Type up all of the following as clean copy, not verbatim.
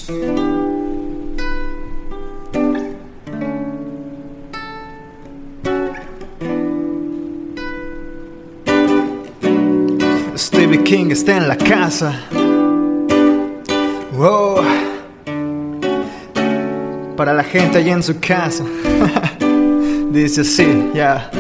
Stevie King está en la casa. Wow. Para la gente allá en su casa. Dice así, ya.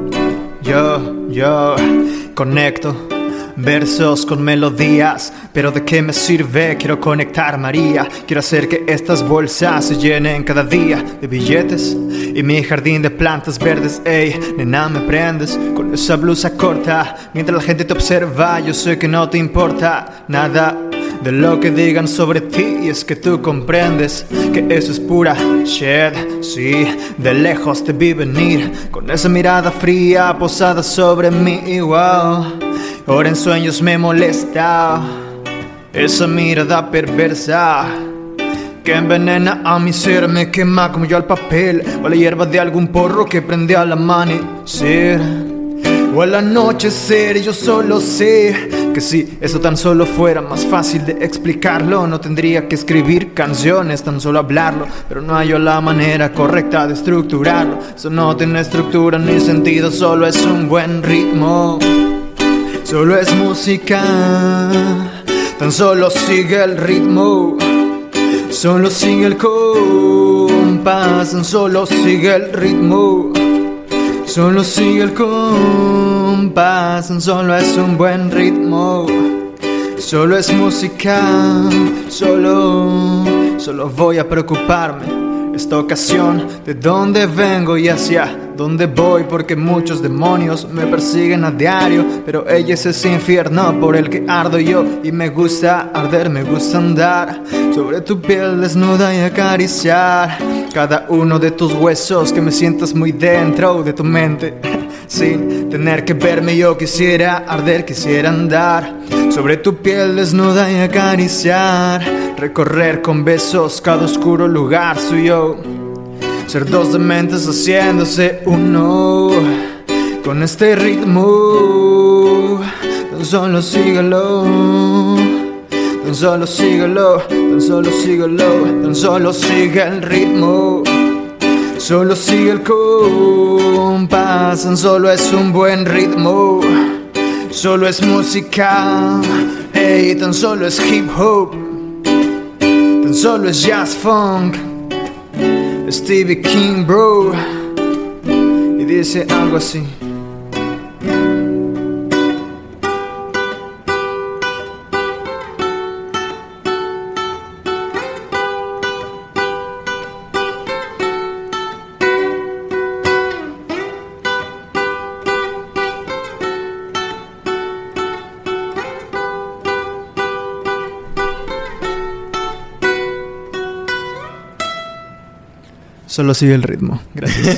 Yo conecto versos con melodías, pero ¿de qué me sirve? Quiero conectar, María. Quiero hacer que estas bolsas se llenen cada día de billetes y mi jardín de plantas verdes. Ey, nena, me prendes con esa blusa corta. Mientras la gente te observa, yo sé que no te importa nada de lo que digan sobre ti, y es que tú comprendes que eso es pura shit. Sí, de lejos te vi venir con esa mirada fría posada sobre mí. Wow, ahora en sueños me molesta esa mirada perversa que envenena a mi ser, me quema como yo al papel o la hierba de algún porro que prende al amanecer o al anochecer. Yo solo sé que si eso tan solo fuera más fácil de explicarlo, no tendría que escribir canciones, tan solo hablarlo, pero no hallo la manera correcta de estructurarlo. Eso no tiene estructura ni sentido, solo es un buen ritmo, solo es música, tan solo sigue el ritmo, solo sigue el compás, tan solo sigue el ritmo, solo sigue el compás, solo es un buen ritmo, solo es música, solo voy a preocuparme esta ocasión de dónde vengo y hacia dónde voy, porque muchos demonios me persiguen a diario, pero ella es ese infierno por el que ardo yo, y me gusta arder, me gusta andar sobre tu piel desnuda y acariciar cada uno de tus huesos, que me sientas muy dentro de tu mente sin tener que verme. Yo quisiera arder, quisiera andar sobre tu piel desnuda y acariciar, recorrer con besos cada oscuro lugar suyo, ser dos dementes haciéndose uno con este ritmo. Tan solo síguelo, tan solo síguelo, tan solo síguelo, tan solo sigue el ritmo, solo sigue el compás, tan solo es un buen ritmo, solo es música, ey, tan solo es hip hop, tan solo es jazz funk, Stevie King, bro. Y dice algo así. Solo sigue el ritmo. Gracias.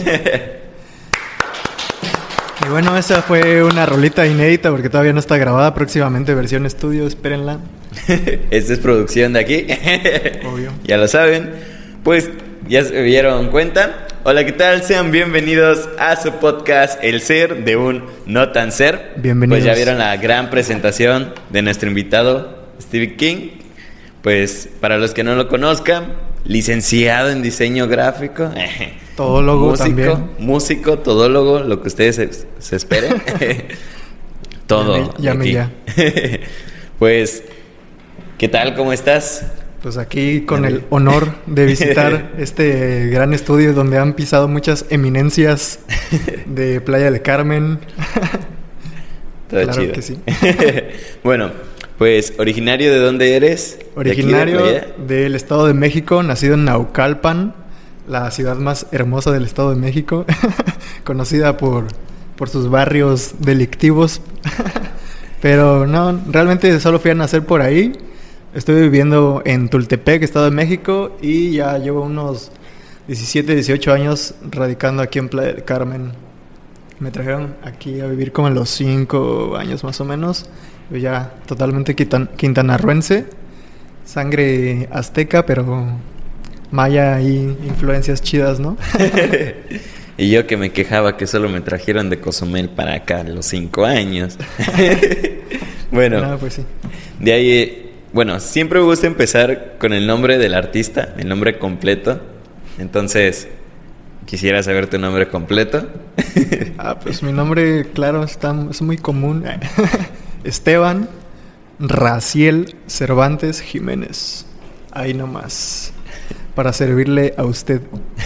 Y bueno, esa fue una rolita inédita porque todavía no está grabada. Próximamente versión estudio, espérenla. Esta es producción de aquí. Obvio. Ya lo saben. Pues ya se dieron cuenta. Hola, ¿qué tal? Sean bienvenidos a su podcast El Ser de un No Tan Ser. Bienvenidos. Pues ya vieron la gran presentación de nuestro invitado Stevie King. Pues para los que no lo conozcan, licenciado en diseño gráfico, todólogo también, músico, todólogo, lo que ustedes se esperen. Todo. Ya. Pues, ¿qué tal? ¿Cómo estás? Pues aquí con el honor de visitar este gran estudio donde han pisado muchas eminencias de Playa del Carmen. Todo claro chido. Que sí. Bueno, pues, ¿originario de dónde eres? Originario del Estado de México, nacido en Naucalpan, la ciudad más hermosa del Estado de México, conocida por sus barrios delictivos. Pero no, realmente solo fui a nacer por ahí. Estoy viviendo en Tultepec, Estado de México, y ya llevo unos 17, 18 años radicando aquí en Playa del Carmen. Me trajeron aquí a vivir como a los 5 años más o menos. Yo ya totalmente quintanarruense, sangre azteca, pero maya y influencias chidas, ¿no? Y yo que me quejaba que solo me trajeron de Cozumel para acá a los 5 años. Bueno, no, pues sí. De ahí Bueno, siempre me gusta empezar con el nombre del artista, el nombre completo. Entonces, quisiera saber tu nombre completo. Pues mi nombre, claro, es muy común. Esteban Raciel Cervantes Jiménez. Ahí nomás. Para servirle a usted.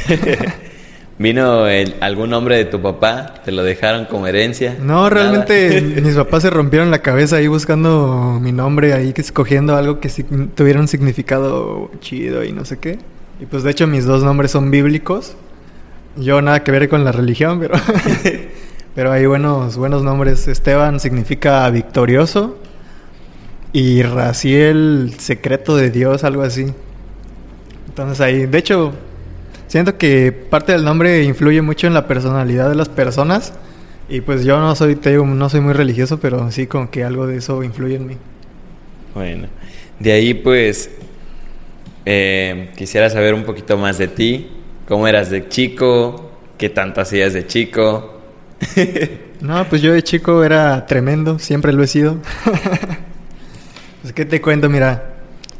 ¿Vino algún nombre de tu papá? ¿Te lo dejaron como herencia? No, realmente mis papás se rompieron la cabeza ahí buscando mi nombre, ahí escogiendo algo que tuviera un significado chido y no sé qué. Y pues de hecho mis dos nombres son bíblicos. Yo nada que ver con la religión, pero pero hay buenos nombres. Esteban significa victorioso y Raciel, secreto de Dios, algo así. Entonces ahí, de hecho, siento que parte del nombre influye mucho en la personalidad de las personas. Y pues yo no soy, te digo, no soy muy religioso, pero sí como que algo de eso influye en mí. Bueno, de ahí pues quisiera saber un poquito más de ti. ¿Cómo eras de chico? ¿Qué tanto hacías de chico? No, pues yo de chico era tremendo, siempre lo he sido. Pues qué te cuento, mira.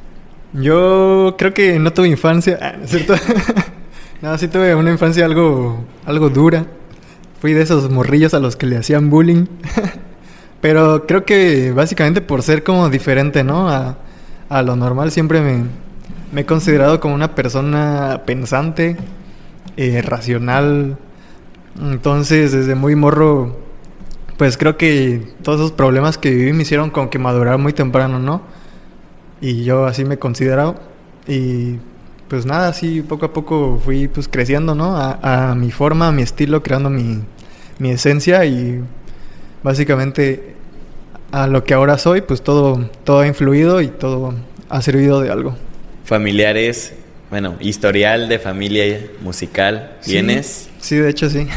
Yo creo que no tuve infancia, ¿no es cierto? No, sí tuve una infancia algo dura. Fui de esos morrillos a los que le hacían bullying. Pero creo que básicamente por ser como diferente, ¿no? A lo normal siempre me he considerado como una persona pensante, racional. Entonces desde muy morro, pues creo que todos esos problemas que viví me hicieron como que madurar muy temprano, ¿no? Y yo así me he considerado. Y pues nada, así poco a poco fui pues creciendo, ¿no? A mi forma, a mi estilo, creando mi esencia. Y básicamente a lo que ahora soy, pues todo ha influido y todo ha servido de algo. Familiares, bueno, historial de familia musical, ¿tienes? Sí, de hecho sí.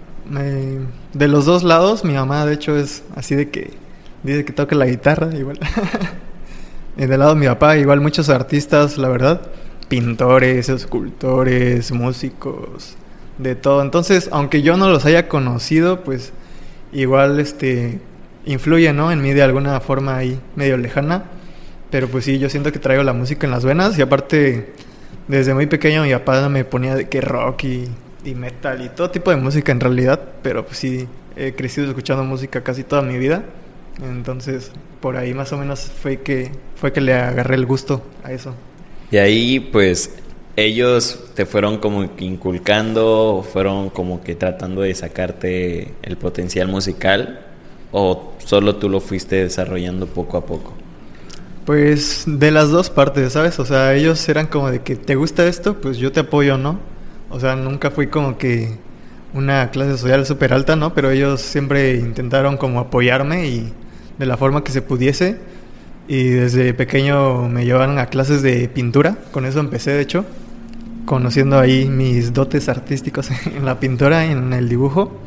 De los dos lados, mi mamá de hecho es así de que dice que toca la guitarra, igual. Y del lado de mi papá, igual muchos artistas, la verdad. Pintores, escultores, músicos, de todo. Entonces, aunque yo no los haya conocido, pues igual influye, ¿no? En mí de alguna forma ahí medio lejana. Pero pues sí, yo siento que traigo la música en las venas. Y aparte, desde muy pequeño mi papá me ponía de que rock y metal y todo tipo de música en realidad. Pero pues sí, he crecido escuchando música casi toda mi vida. Entonces, por ahí más o menos fue que le agarré el gusto a eso. Y ahí, pues, ellos te fueron como que inculcando, o fueron como que tratando de sacarte el potencial musical, o solo tú lo fuiste desarrollando poco a poco. Pues de las dos partes, ¿sabes? O sea, ellos eran como de que te gusta esto, pues yo te apoyo, ¿no? O sea, nunca fui como que una clase social súper alta, ¿no? Pero ellos siempre intentaron como apoyarme y de la forma que se pudiese. Y desde pequeño me llevaron a clases de pintura. Con eso empecé, de hecho, conociendo ahí mis dotes artísticos en la pintura y en el dibujo.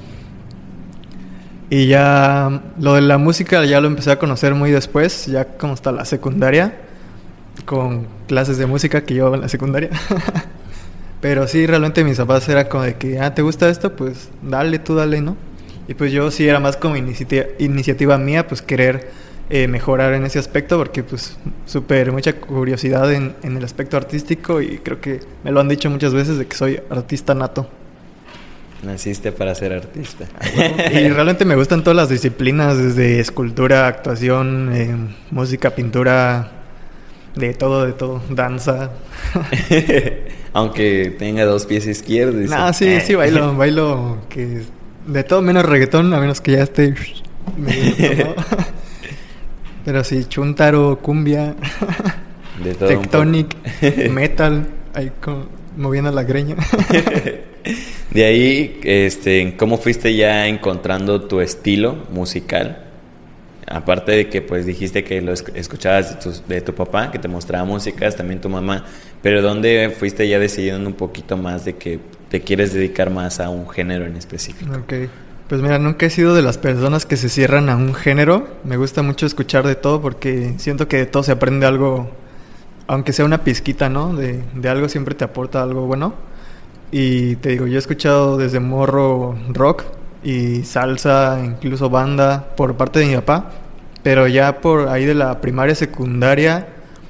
Y ya lo de la música ya lo empecé a conocer muy después, ya como hasta la secundaria, con clases de música que llevaba en la secundaria. Pero sí, realmente mis papás era como de que, ¿te gusta esto? Pues dale, tú dale, ¿no? Y pues yo sí era más como iniciativa mía, pues querer mejorar en ese aspecto, porque pues mucha curiosidad en el aspecto artístico, y creo que me lo han dicho muchas veces de que soy artista nato. Naciste para ser artista. Y realmente me gustan todas las disciplinas, desde escultura, actuación, música, pintura, de todo, danza. Aunque tenga 2 pies izquierdos. No, sí, bailo que de todo menos reggaetón, a menos que ya esté medio, ¿no? Pero sí, chuntaro, cumbia, de todo tectonic, metal, ahí moviendo la greña. De ahí, ¿cómo fuiste ya encontrando tu estilo musical? Aparte de que pues dijiste que lo escuchabas de tu papá, que te mostraba músicas, también tu mamá, pero ¿dónde fuiste ya decidiendo un poquito más de que te quieres dedicar más a un género en específico? Okay. Pues mira, nunca he sido de las personas que se cierran a un género. Me gusta mucho escuchar de todo porque siento que de todo se aprende algo, aunque sea una pizquita, ¿no? De algo siempre te aporta algo bueno. Y te digo, yo he escuchado desde morro rock y salsa, incluso banda por parte de mi papá. Pero ya por ahí de la primaria, secundaria,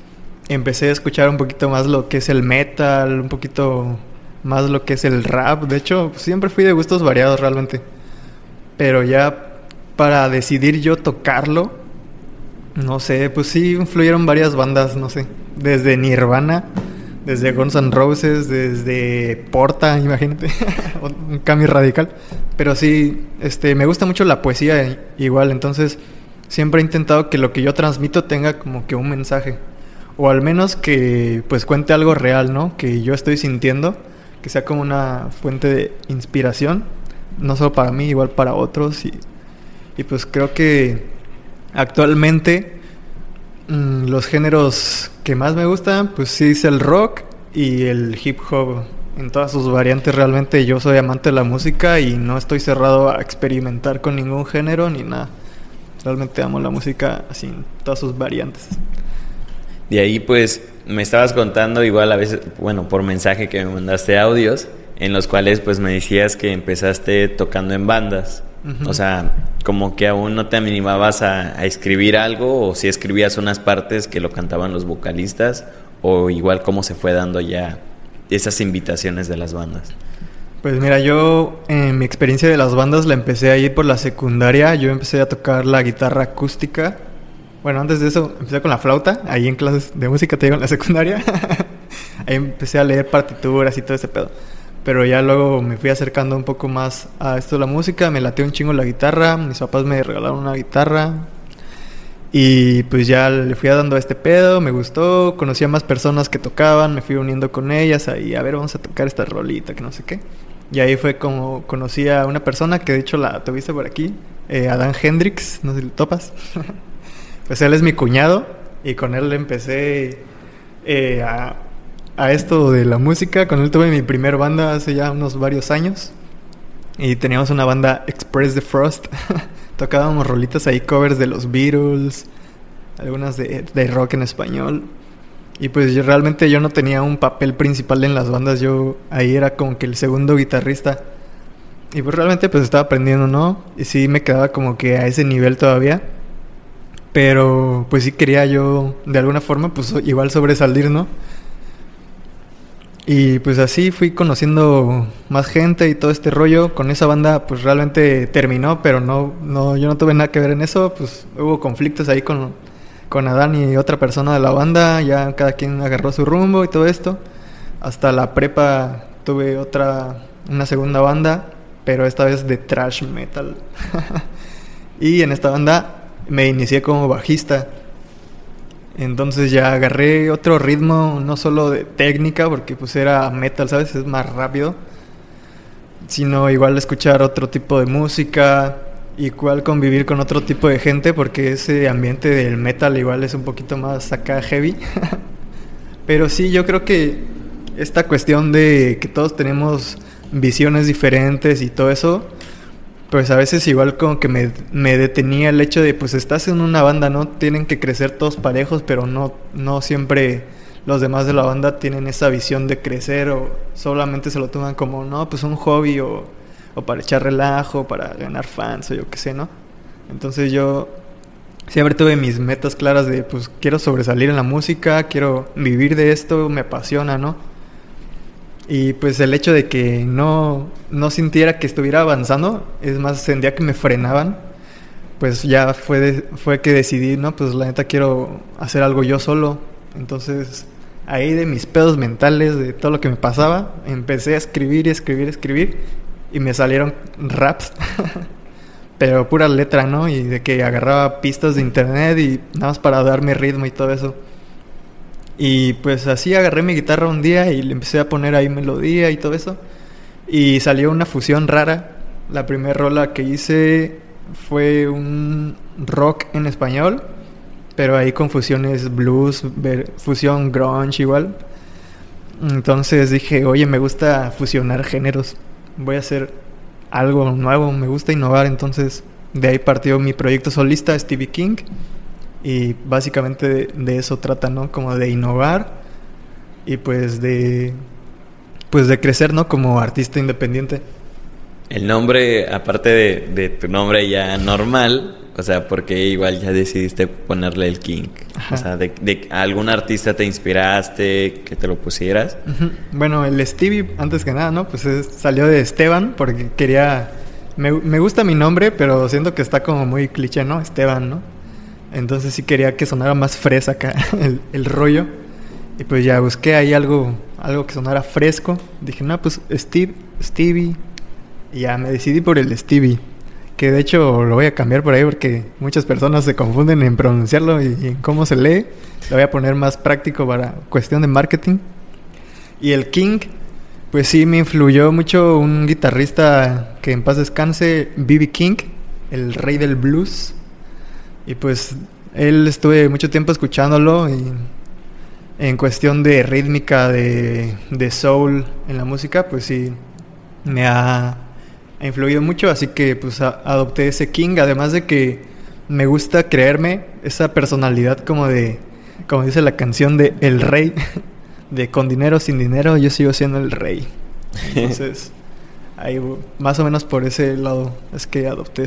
empecé a escuchar un poquito más lo que es el metal, un poquito más lo que es el rap. De hecho, siempre fui de gustos variados realmente. Pero ya para decidir yo tocarlo, no sé, pues sí influyeron varias bandas, no sé. Desde Nirvana, desde Guns N' Roses, desde Porta, imagínate. Un cambio radical. Pero sí, me gusta mucho la poesía igual. Entonces, siempre he intentado que lo que yo transmito tenga como que un mensaje. O al menos que pues cuente algo real, ¿no? Que yo estoy sintiendo. Que sea como una fuente de inspiración. No solo para mí, igual para otros. Y pues creo que actualmente los géneros que más me gustan, pues sí es el rock y el hip hop. En todas sus variantes. Realmente yo soy amante de la música y no estoy cerrado a experimentar con ningún género ni nada. Realmente amo la música así en todas sus variantes. De ahí pues me estabas contando igual a veces, bueno, por mensaje que me mandaste audios, en los cuales pues me decías que empezaste tocando en bandas. Uh-huh. O sea, como que aún no te animabas a escribir algo, o si escribías unas partes que lo cantaban los vocalistas, o igual cómo se fue dando ya esas invitaciones de las bandas. Pues mira, yo mi experiencia de las bandas la empecé ahí por la secundaria. Yo empecé a tocar la guitarra acústica. Bueno, antes de eso empecé con la flauta, ahí en clases de música, te digo, en la secundaria. Ahí empecé a leer partituras y todo ese pedo. Pero ya luego me fui acercando un poco más a esto de la música. Me latió un chingo la guitarra. Mis papás me regalaron una guitarra. Y pues ya le fui dando a este pedo, me gustó, conocí a más personas que tocaban, me fui uniendo con ellas, ahí a ver, vamos a tocar esta rolita, que no sé qué. Y ahí fue como conocí a una persona que de hecho la tuviste por aquí, Adán Hendrix, no sé si lo topas. Pues él es mi cuñado y con él empecé a esto de la música. Con él tuve mi primer banda hace ya unos varios años y teníamos una banda Express the Frost. Tocábamos rolitas ahí, covers de los Beatles, algunas de rock en español. Y pues realmente yo no tenía un papel principal en las bandas. Yo ahí era como que el segundo guitarrista. Y pues realmente pues estaba aprendiendo, ¿no? Y sí me quedaba como que a ese nivel todavía. Pero pues sí quería yo de alguna forma pues igual sobresalir, ¿no? Y pues así fui conociendo más gente y todo este rollo. Con esa banda pues realmente terminó, pero no yo no tuve nada que ver en eso. Pues hubo conflictos ahí con Adán y otra persona de la banda. Ya cada quien agarró su rumbo y todo esto. Hasta la prepa tuve una segunda banda, pero esta vez de thrash metal. Y en esta banda me inicié como bajista. Entonces ya agarré otro ritmo, no solo de técnica, porque pues era metal, ¿sabes? Es más rápido. Sino igual escuchar otro tipo de música, igual convivir con otro tipo de gente, porque ese ambiente del metal igual es un poquito más acá heavy. Pero sí, yo creo que esta cuestión de que todos tenemos visiones diferentes y todo eso, pues a veces igual como que me detenía el hecho de pues estás en una banda, ¿no? Tienen que crecer todos parejos, pero no siempre los demás de la banda tienen esa visión de crecer, o solamente se lo toman como, no, pues un hobby o para echar relajo, para ganar fans o yo qué sé, ¿no? Entonces yo siempre tuve mis metas claras de pues quiero sobresalir en la música, quiero vivir de esto, me apasiona, ¿no? Y pues el hecho de que no sintiera que estuviera avanzando, es más, sentía que me frenaban, pues ya fue que decidí, no, pues la neta quiero hacer algo yo solo. Entonces ahí de mis pedos mentales, de todo lo que me pasaba, empecé a escribir y me salieron raps, pero pura letra, ¿no? Y de que agarraba pistas de internet y nada más para darme ritmo y todo eso. Y pues así agarré mi guitarra un día y le empecé a poner ahí melodía y todo eso. Y salió una fusión rara. La primera rola que hice fue un rock en español, pero ahí con fusiones blues, fusión grunge igual. Entonces dije, oye, me gusta fusionar géneros, voy a hacer algo nuevo, me gusta innovar. Entonces de ahí partió mi proyecto solista, Stevie King. Y básicamente de eso trata, ¿no? Como de innovar y pues de crecer, ¿no? Como artista independiente. El nombre, aparte de tu nombre ya normal, O sea, ¿por qué igual ya decidiste ponerle el King? Ajá. O sea, ¿de algún artista te inspiraste que te lo pusieras? Uh-huh. Bueno, el Stevie, antes que nada, ¿no? Pues salió de Esteban porque quería... Me gusta mi nombre, pero siento que está como muy cliché, ¿no? Esteban, ¿no? Entonces sí quería que sonara más fresa acá el rollo. Y pues ya busqué ahí algo que sonara fresco. Dije, no, pues Stevie. Y ya me decidí por el Stevie. Que de hecho lo voy a cambiar por ahí porque muchas personas se confunden en pronunciarlo y en cómo se lee. Lo voy a poner más práctico para cuestión de marketing. Y el King, pues sí me influyó mucho un guitarrista que en paz descanse, B.B. King, el rey del blues. Y pues él estuve mucho tiempo escuchándolo y en cuestión de rítmica, de soul en la música, pues sí me ha influido mucho, así que pues adopté ese King, además de que me gusta creerme esa personalidad como dice la canción de El Rey, de con dinero, sin dinero, yo sigo siendo el rey. Entonces, ahí más o menos por ese lado es que adopté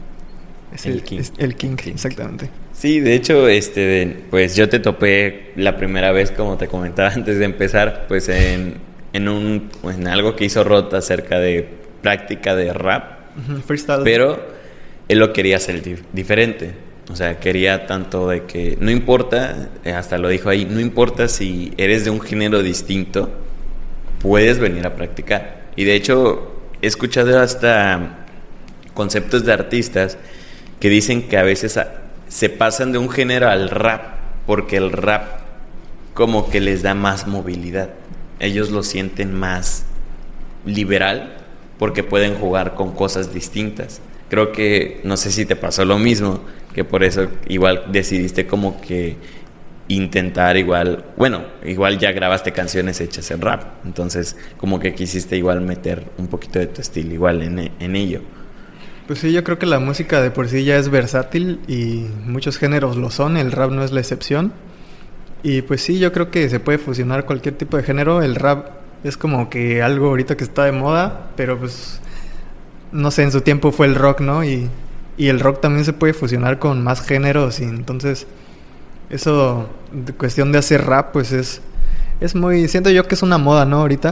el King, exactamente. Sí, de hecho, pues yo te topé la primera vez, como te comentaba antes de empezar, pues en algo que hizo Rod acerca de práctica de rap. Freestyle. Pero él lo quería hacer diferente. O sea, quería tanto de que no importa, hasta lo dijo ahí, no importa si eres de un género distinto, puedes venir a practicar. Y de hecho, he escuchado hasta conceptos de artistas que dicen que a veces se pasan de un género al rap, porque el rap como que les da más movilidad. Ellos lo sienten más liberal porque pueden jugar con cosas distintas. Creo que, no sé si te pasó lo mismo, que por eso igual decidiste como que intentar igual ya grabaste canciones hechas en rap, entonces como que quisiste igual meter un poquito de tu estilo igual en ello. Pues sí, yo creo que la música de por sí ya es versátil y muchos géneros lo son, el rap no es la excepción. Y pues sí, yo creo que se puede fusionar cualquier tipo de género. El rap es como que algo ahorita que está de moda, pero pues no sé, en su tiempo fue el rock, ¿no? Y el rock también se puede fusionar con más géneros y entonces eso, de cuestión de hacer rap, pues es muy, siento yo que es una moda, ¿no? Ahorita.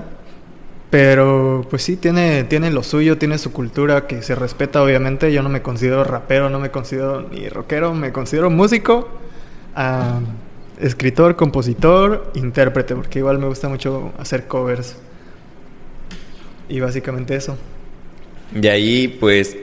Pero pues sí, tiene lo suyo, tiene su cultura que se respeta obviamente. Yo no me considero rapero, no me considero ni rockero, me considero músico, escritor, compositor, intérprete, porque igual me gusta mucho hacer covers. Y básicamente eso. De ahí pues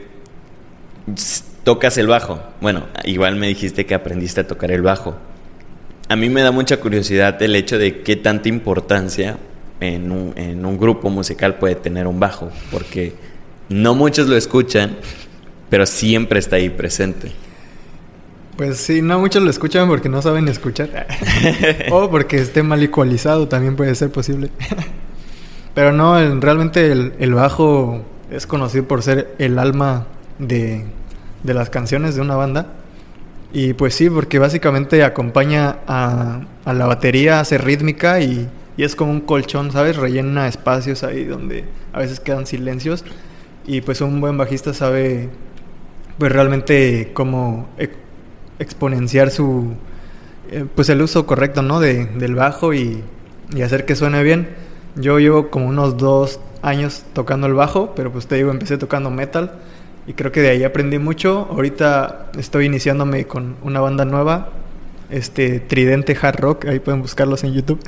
tocas el bajo. Bueno, igual me dijiste que aprendiste a tocar el bajo. A mí me da mucha curiosidad el hecho de qué tanta importancia en un grupo musical puede tener un bajo, porque no muchos lo escuchan, pero siempre está ahí presente. Pues sí, no muchos lo escuchan porque no saben escuchar o porque esté mal ecualizado, también puede ser posible. Pero no, realmente el bajo es conocido por ser el alma de las canciones de una banda. Y pues sí, porque básicamente acompaña a la batería, hace rítmica y es como un colchón, ¿sabes? Rellena espacios ahí donde a veces quedan silencios. Y pues un buen bajista sabe pues realmente cómo exponenciar pues el uso correcto, ¿no? del bajo y hacer que suene bien. Yo llevo como unos 2 años tocando el bajo, pero pues te digo, empecé tocando metal y creo que de ahí aprendí mucho. Ahorita estoy iniciándome con una banda nueva, Tridente Hard Rock, ahí pueden buscarlos en YouTube.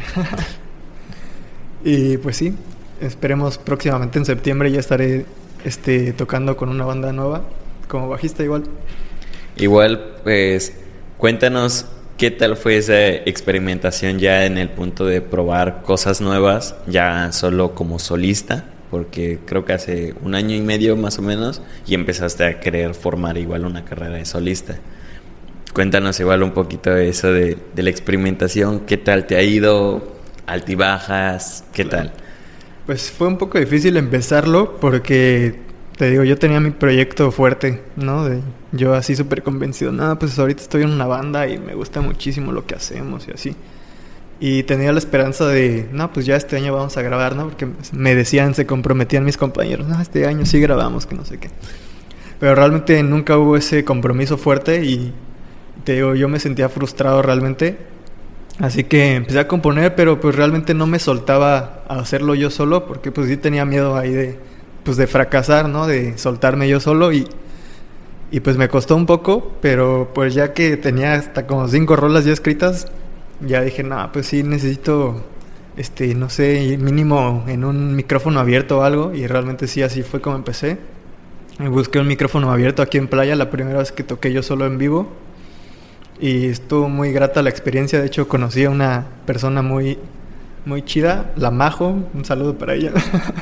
Y pues sí, esperemos próximamente en septiembre ya estaré tocando con una banda nueva como bajista igual. Igual, pues cuéntanos qué tal fue esa experimentación ya en el punto de probar cosas nuevas, ya solo como solista, porque creo que hace 1 año y medio más o menos y empezaste a querer formar igual una carrera de solista. Cuéntanos igual un poquito de eso de la experimentación, qué tal te ha ido, altibajas, qué tal. Pues fue un poco difícil empezarlo porque te digo, yo tenía mi proyecto fuerte, ¿no? Yo así súper convencido, pues ahorita estoy en una banda y me gusta muchísimo lo que hacemos y así. Y tenía la esperanza de, pues ya este año vamos a grabar, ¿no? Porque me decían, se comprometían mis compañeros, este año sí grabamos, que no sé qué. pero realmente nunca hubo ese compromiso fuerte y te digo, yo me sentía frustrado realmente. Así que empecé a componer, pero pues realmente no me soltaba a hacerlo yo solo, porque pues sí tenía miedo ahí de fracasar, ¿no? De soltarme yo solo y pues me costó un poco, pero pues ya que tenía hasta como 5 rolas ya escritas, ya dije, no, pues sí necesito, no sé, mínimo en un micrófono abierto o algo, y realmente sí, así fue como empecé. Busqué un micrófono abierto aquí en Playa, la primera vez que toqué yo solo en vivo. Y estuvo muy grata la experiencia. De hecho, conocí a una persona muy, muy chida, la Majo. Un saludo para ella.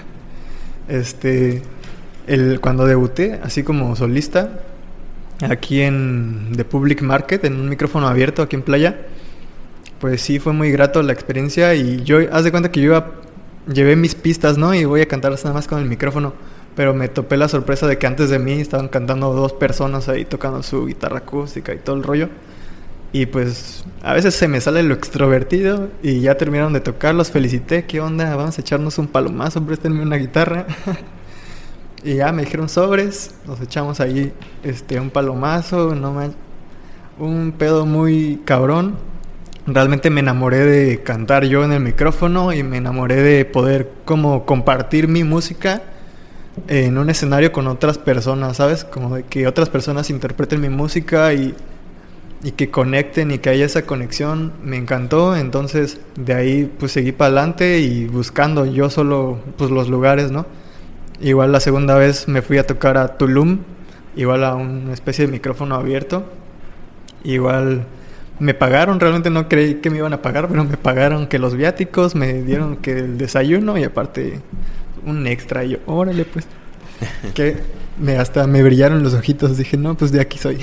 Cuando debuté, así como solista, aquí en The Public Market, en un micrófono abierto aquí en Playa, pues sí, fue muy grato la experiencia. Y yo, haz de cuenta que llevé mis pistas, ¿no? Y voy a cantarlas nada más con el micrófono. Pero me topé la sorpresa de que antes de mí estaban cantando 2 personas ahí tocando su guitarra acústica y todo el rollo. Y pues a veces se me sale lo extrovertido y ya terminaron de tocar, los felicité, ¿qué onda? Vamos a echarnos un palomazo, préstenme una guitarra. Y ya me dijeron sobres, nos echamos ahí un palomazo, un pedo muy cabrón. Realmente me enamoré de cantar yo en el micrófono y me enamoré de poder como compartir mi música en un escenario con otras personas, ¿sabes? Como de que otras personas interpreten mi música y que conecten y que haya esa conexión, me encantó. Entonces de ahí pues seguí para adelante y buscando yo solo pues los lugares, ¿no? Igual la segunda vez me fui a tocar a Tulum, igual a una especie de micrófono abierto. Igual me pagaron, realmente no creí que me iban a pagar, pero me pagaron que los viáticos, me dieron que el desayuno y aparte un extra. Y yo, órale pues, que hasta me brillaron los ojitos, dije, no, pues de aquí soy.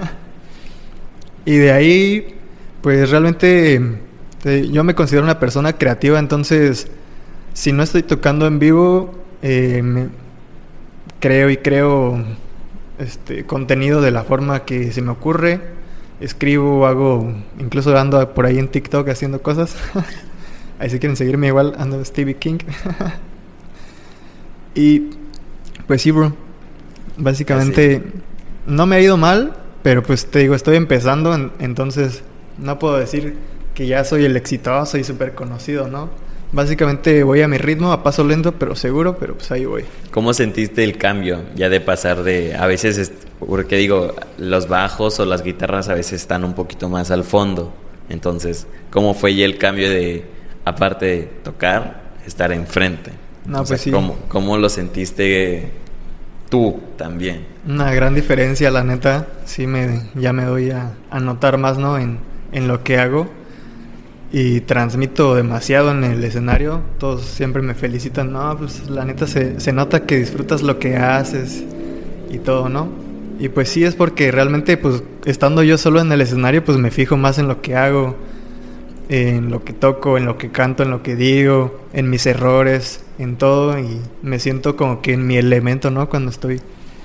Y de ahí, pues realmente yo me considero una persona creativa, entonces si no estoy tocando en vivo, creo contenido de la forma que se me ocurre. Escribo, incluso ando por ahí en TikTok haciendo cosas. Ahí si quieren seguirme igual, ando Stevie King. Y pues sí, bro, básicamente no me ha ido mal. Pero pues te digo, estoy empezando, entonces no puedo decir que ya soy el exitoso y súper conocido, ¿no? Básicamente voy a mi ritmo, a paso lento, pero seguro, pero pues ahí voy. ¿Cómo sentiste el cambio ya de pasar a veces, porque digo, los bajos o las guitarras a veces están un poquito más al fondo? Entonces, ¿cómo fue ya el cambio de, aparte de tocar, estar enfrente? No, pues sí. ¿Cómo lo sentiste tú también? Una gran diferencia, la neta. Sí, ya me doy a notar más, ¿no? En lo que hago. Y transmito demasiado en el escenario. Todos siempre me felicitan. No, pues la neta se nota que disfrutas lo que haces y todo, ¿no? Y pues sí, es porque realmente, pues estando yo solo en el escenario, pues me fijo más en lo que hago, en lo que toco, en lo que canto, en lo que digo, en mis errores, en todo. Y me siento como que en mi elemento, ¿no? Cuando estoy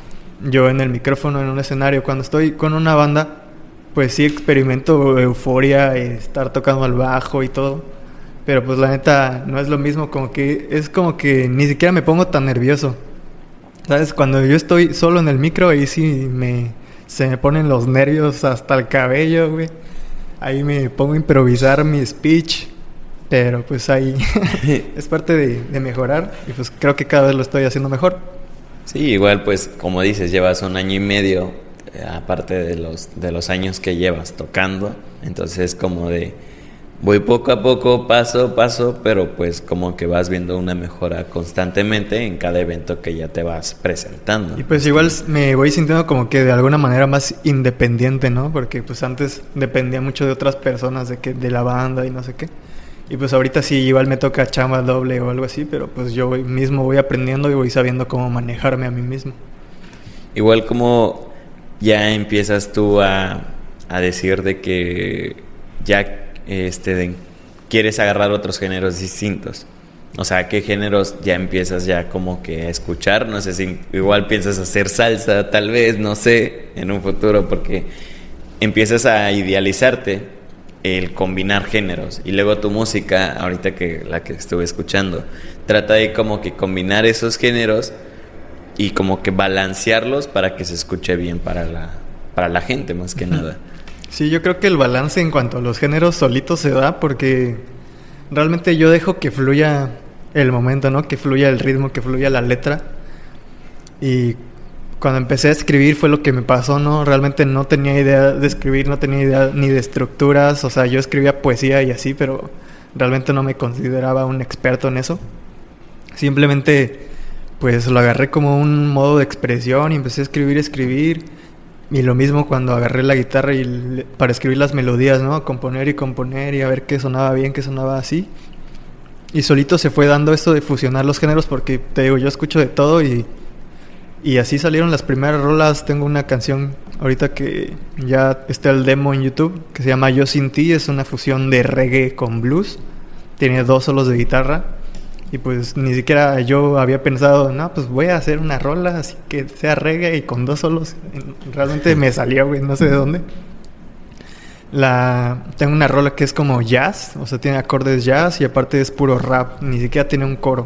yo en el micrófono, en un escenario. Cuando estoy con una banda, pues sí experimento euforia, estar tocando al bajo y todo. Pero pues la neta no es lo mismo, como que ni siquiera me pongo tan nervioso. ¿Sabes? Cuando yo estoy solo en el micro, ahí sí se me ponen los nervios hasta el cabello, güey. Ahí me pongo a improvisar mi speech. Pero pues ahí es parte de mejorar. Y pues creo que cada vez lo estoy haciendo mejor. Sí, igual pues como dices, llevas 1 año y medio, aparte de los años que llevas tocando. Entonces como de voy poco a poco, paso a paso, pero pues como que vas viendo una mejora constantemente en cada evento que ya te vas presentando. Y pues igual me voy sintiendo como que de alguna manera más independiente, ¿no? Porque pues antes dependía mucho de otras personas, de la banda y no sé qué. Y pues ahorita sí igual me toca chamba doble o algo así, pero pues yo mismo voy aprendiendo y voy sabiendo cómo manejarme a mí mismo. Igual como ya empiezas tú a decir de que ya quieres agarrar otros géneros distintos. O sea, ¿qué géneros ya empiezas ya como que a escuchar? No sé si igual piensas hacer salsa, tal vez, no sé, en un futuro, porque empiezas a idealizarte el combinar géneros. Y luego tu música, ahorita la que estuve escuchando, trata de como que combinar esos géneros y como que balancearlos para que se escuche bien para la gente, más que nada. Sí, yo creo que el balance en cuanto a los géneros solito se da porque realmente yo dejo que fluya el momento, ¿no? Que fluya el ritmo, que fluya la letra. Y cuando empecé a escribir fue lo que me pasó, ¿no? Realmente no tenía idea de escribir, no tenía idea ni de estructuras. O sea, yo escribía poesía y así, pero realmente no me consideraba un experto en eso. Simplemente, pues lo agarré como un modo de expresión y empecé a escribir. Y lo mismo cuando agarré la guitarra para escribir las melodías, ¿no? Componer y a ver qué sonaba bien, qué sonaba así. Y solito se fue dando esto de fusionar los géneros porque, te digo, yo escucho de todo y así salieron las primeras rolas. Tengo una canción ahorita que ya está el demo en YouTube que se llama Yo Sin Ti. Es una fusión de reggae con blues. Tiene 2 solos de guitarra. Y pues ni siquiera yo había pensado, no, pues voy a hacer una rola así que sea reggae y con 2 solos. Realmente me salió, güey, no sé de dónde. Tengo una rola que es como jazz, o sea, tiene acordes jazz y aparte es puro rap, ni siquiera tiene un coro.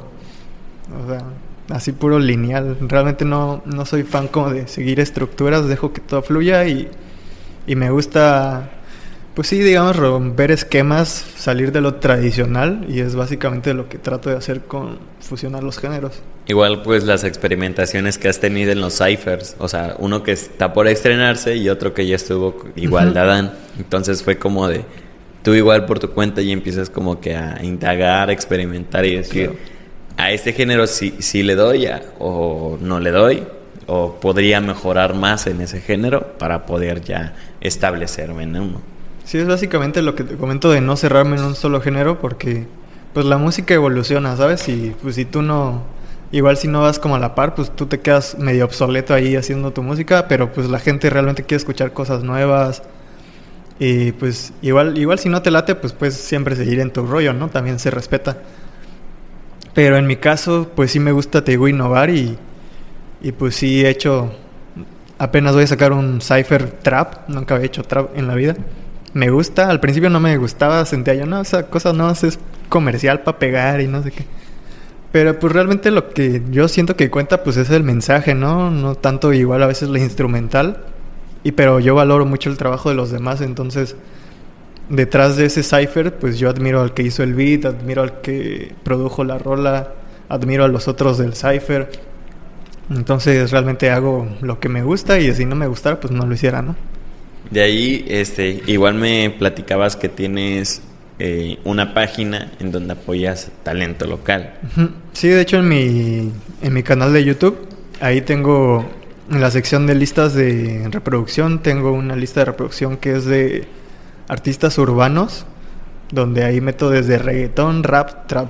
O sea, así puro lineal. Realmente no soy fan como de seguir estructuras, dejo que todo fluya y me gusta, pues sí, digamos, romper esquemas, salir de lo tradicional, y es básicamente lo que trato de hacer con fusionar los géneros. Igual pues las experimentaciones que has tenido en los cyphers, o sea, uno que está por estrenarse y otro que ya estuvo igual de Adán. Entonces fue como de, tú igual por tu cuenta y empiezas como que a indagar, a experimentar y decir, claro, a este género sí le doy o no le doy, o podría mejorar más en ese género para poder ya establecerme en uno. Sí, es básicamente lo que te comento de no cerrarme en un solo género, porque pues la música evoluciona, ¿sabes? Y pues si tú no, igual si no vas como a la par, pues tú te quedas medio obsoleto ahí haciendo tu música, pero pues la gente realmente quiere escuchar cosas nuevas. Y pues igual si no te late, pues puedes siempre seguir en tu rollo, ¿no? También se respeta. Pero en mi caso, pues sí me gusta, te digo, innovar y pues sí he hecho, apenas voy a sacar un cypher trap, nunca había hecho trap en la vida. Me gusta, al principio no me gustaba, sentía yo, no, esa cosa no es comercial para pegar y no sé qué. Pero pues realmente lo que yo siento que cuenta pues es el mensaje, ¿no? No tanto igual a veces la instrumental. Pero yo valoro mucho el trabajo de los demás, entonces detrás de ese cypher pues yo admiro al que hizo el beat, admiro al que produjo la rola, admiro a los otros del cypher. Entonces realmente hago lo que me gusta y si no me gustara pues no lo hiciera, ¿no? De ahí, igual me platicabas que tienes una página en donde apoyas talento local. Sí, de hecho en mi canal de YouTube, ahí tengo en la sección de listas de reproducción, tengo una lista de reproducción que es de artistas urbanos, donde ahí meto desde reggaetón, rap, trap.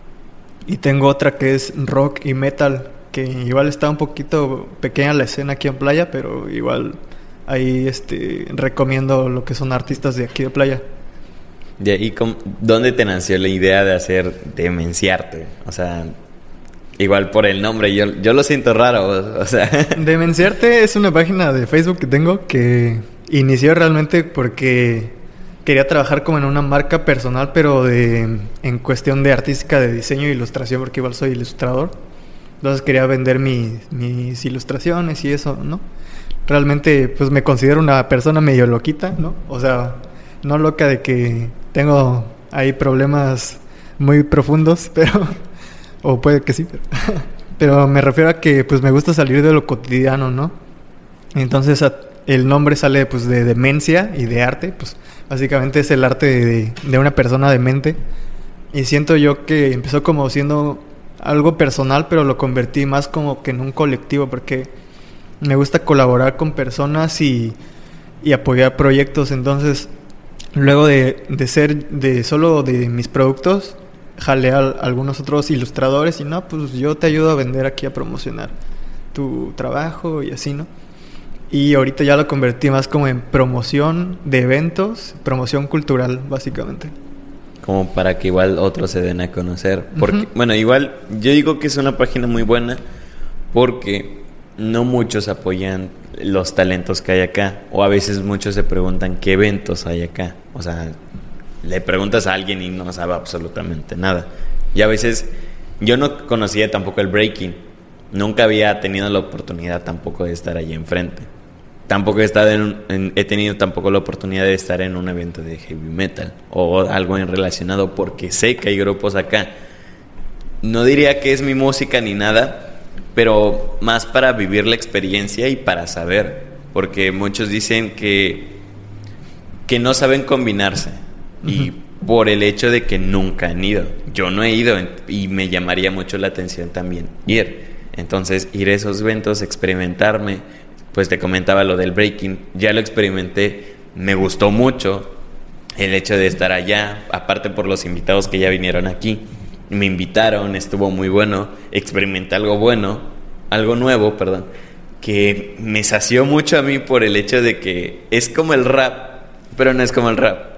Y tengo otra que es rock y metal, que igual está un poquito pequeña la escena aquí en Playa, pero igual ahí recomiendo lo que son artistas de aquí de Playa. De ahí, ¿dónde te nació la idea de Demenciarte? O sea, igual por el nombre, yo lo siento raro, o sea. Demenciarte es una página de Facebook que tengo que inició realmente porque quería trabajar como en una marca personal, pero en cuestión de artística, de diseño e ilustración, porque igual soy ilustrador. Entonces quería vender mis ilustraciones y eso, ¿no? Realmente pues me considero una persona medio loquita, ¿no? O sea, no loca de que tengo ahí problemas muy profundos, pero o puede que sí, pero me refiero a que pues me gusta salir de lo cotidiano, ¿no? Entonces el nombre sale pues de demencia y de arte, pues básicamente es el arte de una persona demente. Y siento yo que empezó como siendo algo personal, pero lo convertí más como que en un colectivo, porque me gusta colaborar con personas y apoyar proyectos. Entonces, luego de ser solo de mis productos, jalé a algunos otros ilustradores y no, pues yo te ayudo a vender aquí, a promocionar tu trabajo y así, ¿no? Y ahorita ya lo convertí más como en promoción de eventos, promoción cultural, básicamente. Como para que igual otros se den a conocer. Porque, bueno, igual yo digo que es una página muy buena porque no muchos apoyan los talentos que hay acá. O a veces muchos se preguntan qué eventos hay acá. O sea, le preguntas a alguien y no sabe absolutamente nada. Y a veces yo no conocía tampoco el breaking. Nunca había tenido la oportunidad tampoco de estar allí enfrente. Tampoco he tenido tampoco la oportunidad de estar en un evento de heavy metal o algo en relacionado, porque sé que hay grupos acá. No diría que es mi música ni nada, pero más para vivir la experiencia y para saber, porque muchos dicen que no saben combinarse, y por el hecho de que nunca han ido. Yo no he ido y me llamaría mucho la atención también ir. Entonces, ir a esos eventos, experimentarme. Pues te comentaba lo del breaking, ya lo experimenté, me gustó mucho el hecho de estar allá, aparte por los invitados que ya vinieron aquí. Me invitaron, estuvo muy bueno, experimenté algo nuevo, que me sació mucho a mí por el hecho de que es como el rap, pero no es como el rap.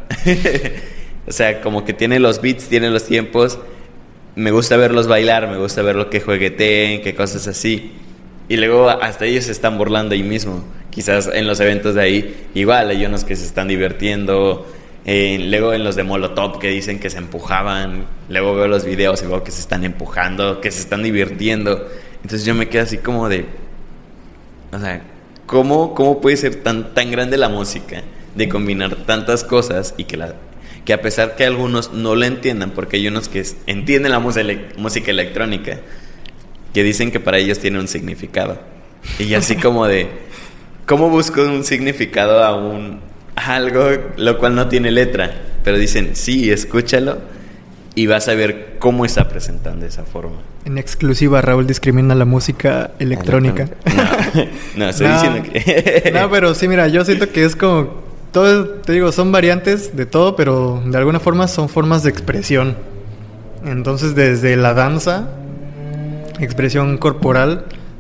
O sea, como que tiene los beats, tiene los tiempos. Me gusta verlos bailar, me gusta ver lo que jugueteen, que cosas así. Y luego hasta ellos se están burlando ahí mismo. Quizás en los eventos de ahí igual hay unos que se están divirtiendo. Luego en los de Molotov que dicen que se empujaban. Luego veo los videos y veo que se están empujando, que se están divirtiendo. Entonces yo me quedo así como de... O sea, ¿cómo puede ser tan grande la música? De combinar tantas cosas y que a pesar que algunos no la entiendan, porque hay unos que entienden la música electrónica, que dicen que para ellos tiene un significado. Y así como de... ¿Cómo busco un significado a algo lo cual no tiene letra? Pero dicen, sí, escúchalo y vas a ver cómo está presentando esa forma. En exclusiva, Raúl discrimina la música electrónica. No, estoy diciendo que... No, pero sí, mira, yo siento que es como... Todo, te digo, son variantes de todo, pero de alguna forma son formas de expresión. Entonces, desde la danza, expresión corporal,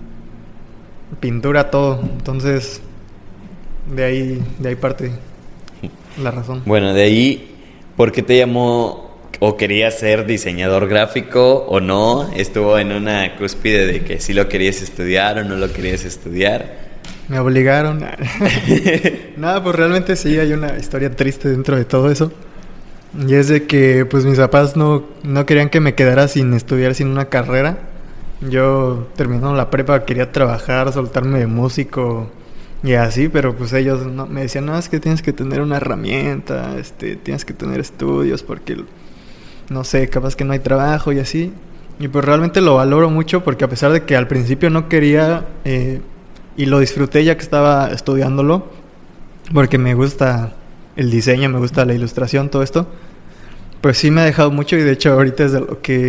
pintura, todo. Entonces, de ahí parte la razón. Bueno, de ahí, ¿por qué te llamó o querías ser diseñador gráfico o no? ¿Estuvo en una cúspide de que sí lo querías estudiar o no lo querías estudiar? Me obligaron. Nada, pues realmente sí hay una historia triste dentro de todo eso. Y es de que pues mis papás no querían que me quedara sin estudiar, sin una carrera. Yo terminando la prepa quería trabajar, soltarme de músico y así, pero pues ellos me decían, no, es que tienes que tener una herramienta, tienes que tener estudios porque no sé, capaz que no hay trabajo y así. Y pues realmente lo valoro mucho porque a pesar de que al principio no quería... y lo disfruté ya que estaba estudiándolo, porque me gusta el diseño, me gusta la ilustración, todo esto. Pues sí me ha dejado mucho y de hecho ahorita es de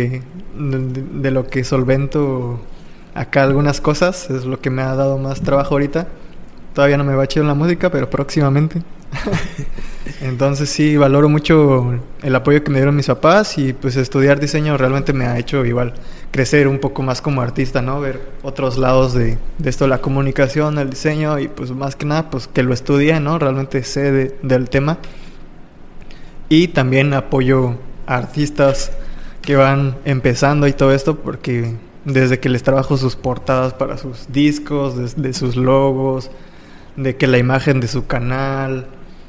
lo que solvento acá algunas cosas, es lo que me ha dado más trabajo ahorita. Todavía no me va chido en la música, pero próximamente. Entonces sí, valoro mucho el apoyo que me dieron mis papás y pues estudiar diseño realmente me ha hecho igual crecer un poco más como artista, ¿no? Ver otros lados de esto, la comunicación, el diseño y pues más que nada pues que lo estudié, ¿no? Realmente sé del tema. Y también apoyo a artistas que van empezando y todo esto porque desde que les trabajo sus portadas para sus discos, de sus logos, de que la imagen de su canal...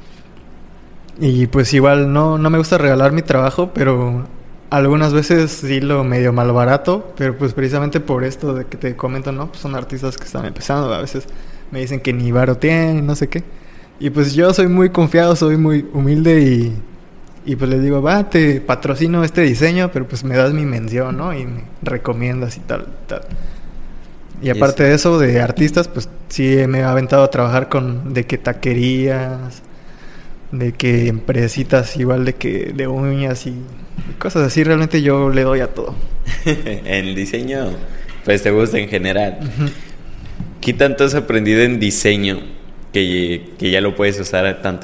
Y pues igual no me gusta regalar mi trabajo, pero algunas veces sí lo medio malbarato, pero pues precisamente por esto de que te comento, ¿no? Pues son artistas que están empezando, a veces me dicen que ni varo tienen, no sé qué. Y pues yo soy muy confiado, soy muy humilde y pues les digo, va, te patrocino este diseño, pero pues me das mi mención, ¿no? Y me recomiendas y tal. Y aparte de eso, de artistas, pues sí me he aventado a trabajar con de que taquerías... de que empresitas igual de uñas y cosas así. Realmente yo le doy a todo. El diseño pues te gusta en general. Uh-huh. ¿Qué tanto has aprendido en diseño que ya lo puedes usar tanto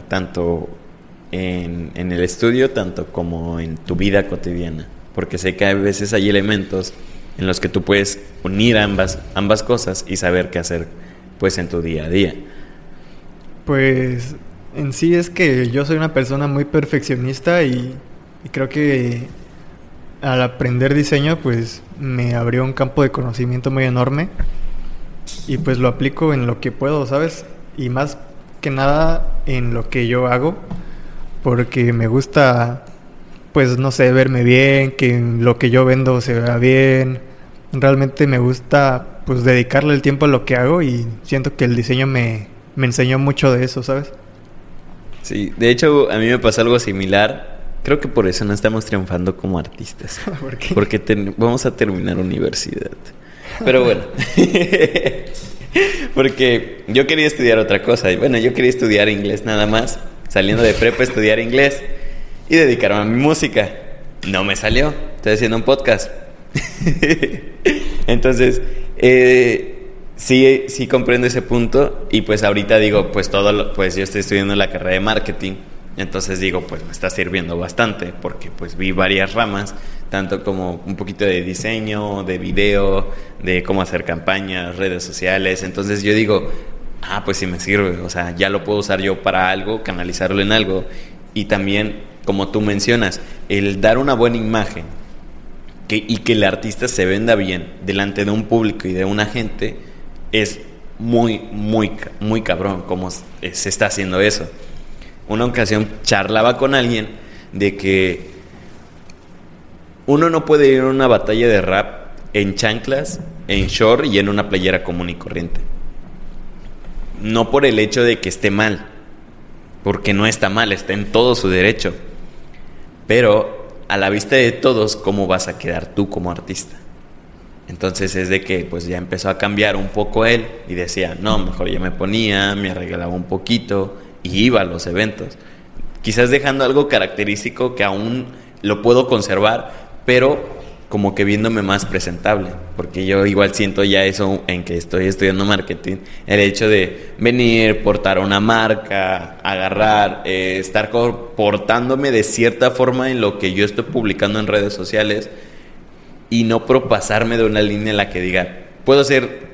en el estudio tanto como en tu vida cotidiana? Porque sé que a veces hay elementos en los que tú puedes unir ambas cosas y saber qué hacer pues en tu día a día. Pues en sí es que yo soy una persona muy perfeccionista y creo que al aprender diseño pues me abrió un campo de conocimiento muy enorme y pues lo aplico en lo que puedo, ¿sabes? Y más que nada en lo que yo hago porque me gusta pues no sé, verme bien, que lo que yo vendo se vea bien, realmente me gusta pues dedicarle el tiempo a lo que hago y siento que el diseño me enseñó mucho de eso, ¿sabes? Sí, de hecho a mí me pasó algo similar. Creo que por eso no estamos triunfando como artistas. ¿Por qué? Porque vamos a terminar universidad. Pero bueno, porque yo quería estudiar otra cosa. Bueno, yo quería estudiar inglés nada más. Saliendo de prepa, estudiar inglés y dedicarme a mi música. No me salió. Estoy haciendo un podcast. Entonces, sí comprendo ese punto. Y pues ahorita digo, pues pues yo estoy estudiando la carrera de marketing. Entonces digo, pues me está sirviendo bastante porque pues vi varias ramas, tanto como un poquito de diseño, de video, de cómo hacer campañas, redes sociales. Entonces yo digo, pues sí me sirve, o sea, ya lo puedo usar yo para algo, canalizarlo en algo. Y también, como tú mencionas, el dar una buena imagen y que el artista se venda bien delante de un público y de una gente es muy, muy, muy cabrón cómo se está haciendo eso. Una ocasión charlaba con alguien de que uno no puede ir a una batalla de rap en chanclas, en short y en una playera común y corriente. No por el hecho de que esté mal, porque no está mal, está en todo su derecho. Pero a la vista de todos, ¿cómo vas a quedar tú como artista? Entonces es de que pues ya empezó a cambiar un poco él y decía, no, mejor yo me ponía, me arreglaba un poquito y iba a los eventos, quizás dejando algo característico que aún lo puedo conservar, pero como que viéndome más presentable, porque yo igual siento ya eso en que estoy estudiando marketing, el hecho de venir, portar una marca, agarrar, estar comportándome de cierta forma en lo que yo estoy publicando en redes sociales y no propasarme de una línea en la que diga, puedo